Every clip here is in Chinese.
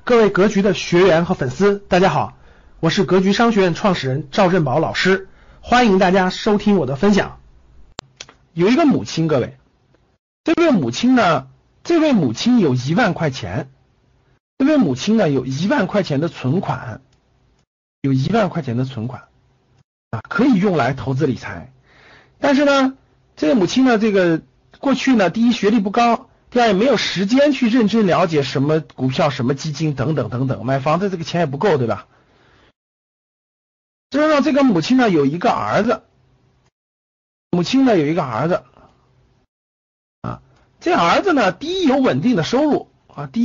各位格局的学员和粉丝，大家好，我是格局商学院创始人赵振宝老师，欢迎大家收听我的分享。 有一个母亲，各位，这位母亲有1万块钱，这位母亲呢有1万块钱的存款，可以用来投资理财。但是呢，这位母亲呢，这个过去呢，第一学历不高，第二也没有时间去认真了解什么股票、什么基金等等等等，买房子这个钱也不够，对吧？这让这个母亲呢有一个儿子，这儿子呢，第一有稳定的收入，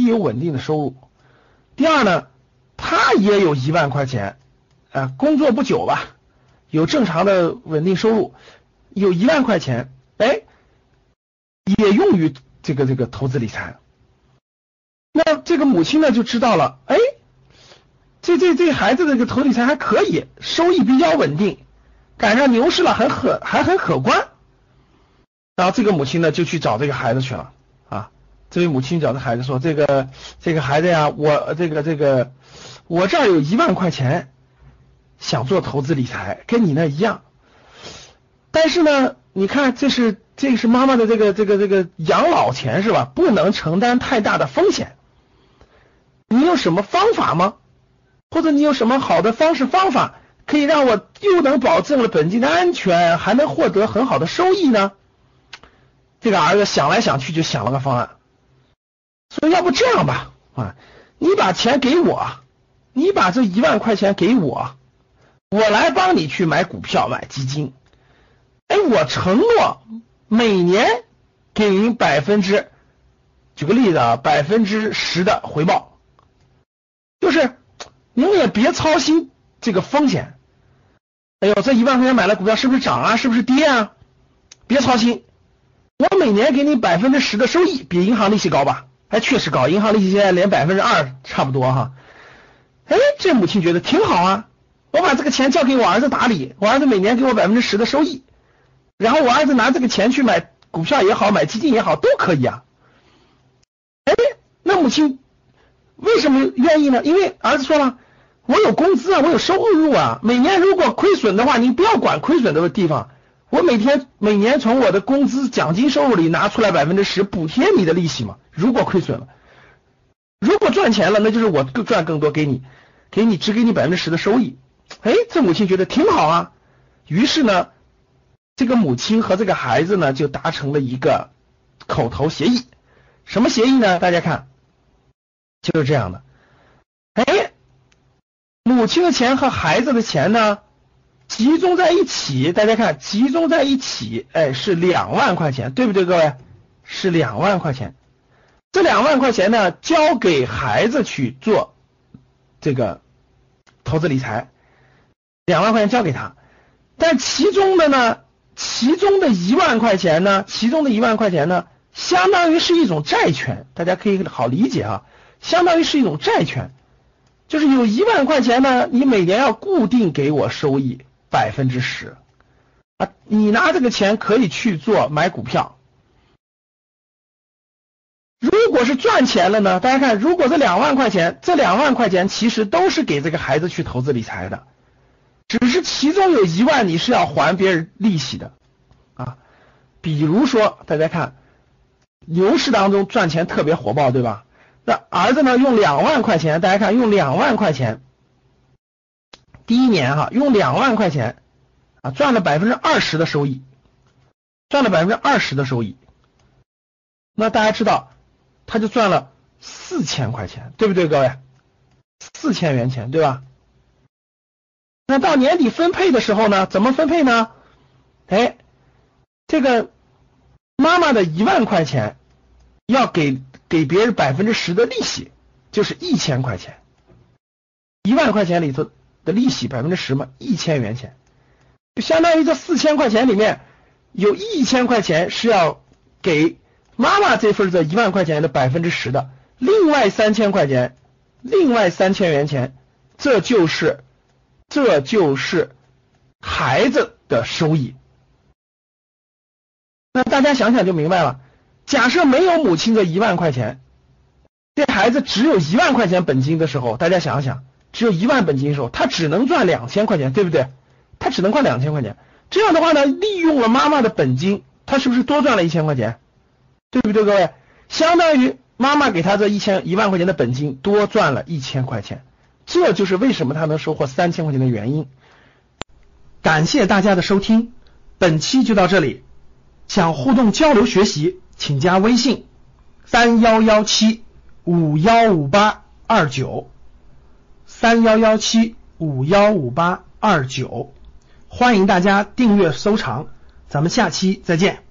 第二呢，他也有1万块钱，工作不久吧，有正常的稳定收入，有1万块钱，也用于这个投资理财。那这个母亲呢就知道了，这孩子的这个投资理财还可以，收益比较稳定，赶上牛市了还很可观。然后这个母亲呢就去找这个孩子去了啊。这位母亲找这孩子说，这个孩子呀，我这儿有1万块钱，想做投资理财，跟你那一样。但是呢，你看这是妈妈的这个养老钱是吧？不能承担太大的风险。你有什么方法吗？或者你有什么好的方法可以让我又能保证了本金的安全，还能获得很好的收益呢？这个儿子想来想去就想了个方案，说要不这样吧，你把钱给我，你把这1万块钱给我，我来帮你去买股票买基金，我承诺每年给您举个例子啊，10%的回报，就是您也别操心这个风险。这1万块钱买了股票是不是涨啊，是不是跌啊？别操心，我每年给你10%的收益，比银行利息高吧？确实高，银行利息现在连2%差不多哈。这母亲觉得挺好啊，我把这个钱交给我儿子打理，我儿子每年给我10%的收益，然后我儿子拿这个钱去买股票也好，买基金也好，都可以啊。那母亲为什么愿意呢？因为儿子说了，我有工资啊，我有收入啊，每年如果亏损的话，你不要管亏损的地方，我每年从我的工资奖金收入里拿出来10%补贴你的利息嘛。如果亏损了，如果赚钱了，那就是我赚更多，只给你10%的收益。这母亲觉得挺好啊。于是呢，这个母亲和这个孩子呢就达成了一个口头协议。什么协议呢？大家看，就是这样的。母亲的钱和孩子的钱呢集中在一起，大家看，集中在一起，是2万块钱，对不对，各位？是2万块钱。这2万块钱呢，交给孩子去做这个投资理财，2万块钱交给他。但其中的1万块钱呢，相当于是一种债权，大家可以好理解啊，相当于是一种债权，就是有1万块钱呢，你每年要固定给我收益10%啊，你拿这个钱可以去做买股票。如果是赚钱了呢，大家看，如果这2万块钱其实都是给这个孩子去投资理财的，只是其中有1万你是要还别人利息的啊。比如说大家看，牛市当中赚钱特别火爆，对吧？那儿子呢用2万块钱，大家看，用2万块钱，第一年用2万块钱赚了20%的收益，那大家知道他就赚了4000块钱，对不对，各位？4000元钱，对吧？那到年底分配的时候呢，怎么分配呢？这个妈妈的1万块钱要给别人10%的利息，就是1000块钱，1万块钱里头的利息10%嘛，1000元钱，就相当于这4000块钱里面有1000块钱是要给妈妈这份1万块钱的10%的，另外3000块钱，另外3000元钱，这就是孩子的收益。那大家想想就明白了，假设没有母亲的1万块钱， 这孩子只有1万块钱本金的时候，大家想想，只有1万本金的时候，他只能赚2000块钱，对不对？他只能赚2000块钱。这样的话呢，利用了妈妈的本金，他是不是多赚了1000块钱？对不对，各位？相当于妈妈给他这1万块钱的本金多赚了1000块钱，这就是为什么他能收获3000块钱的原因。 感谢大家的收听，本期就到这里。想互动交流学习，请加微信3117515829，3117515829，欢迎大家订阅收藏，咱们下期再见。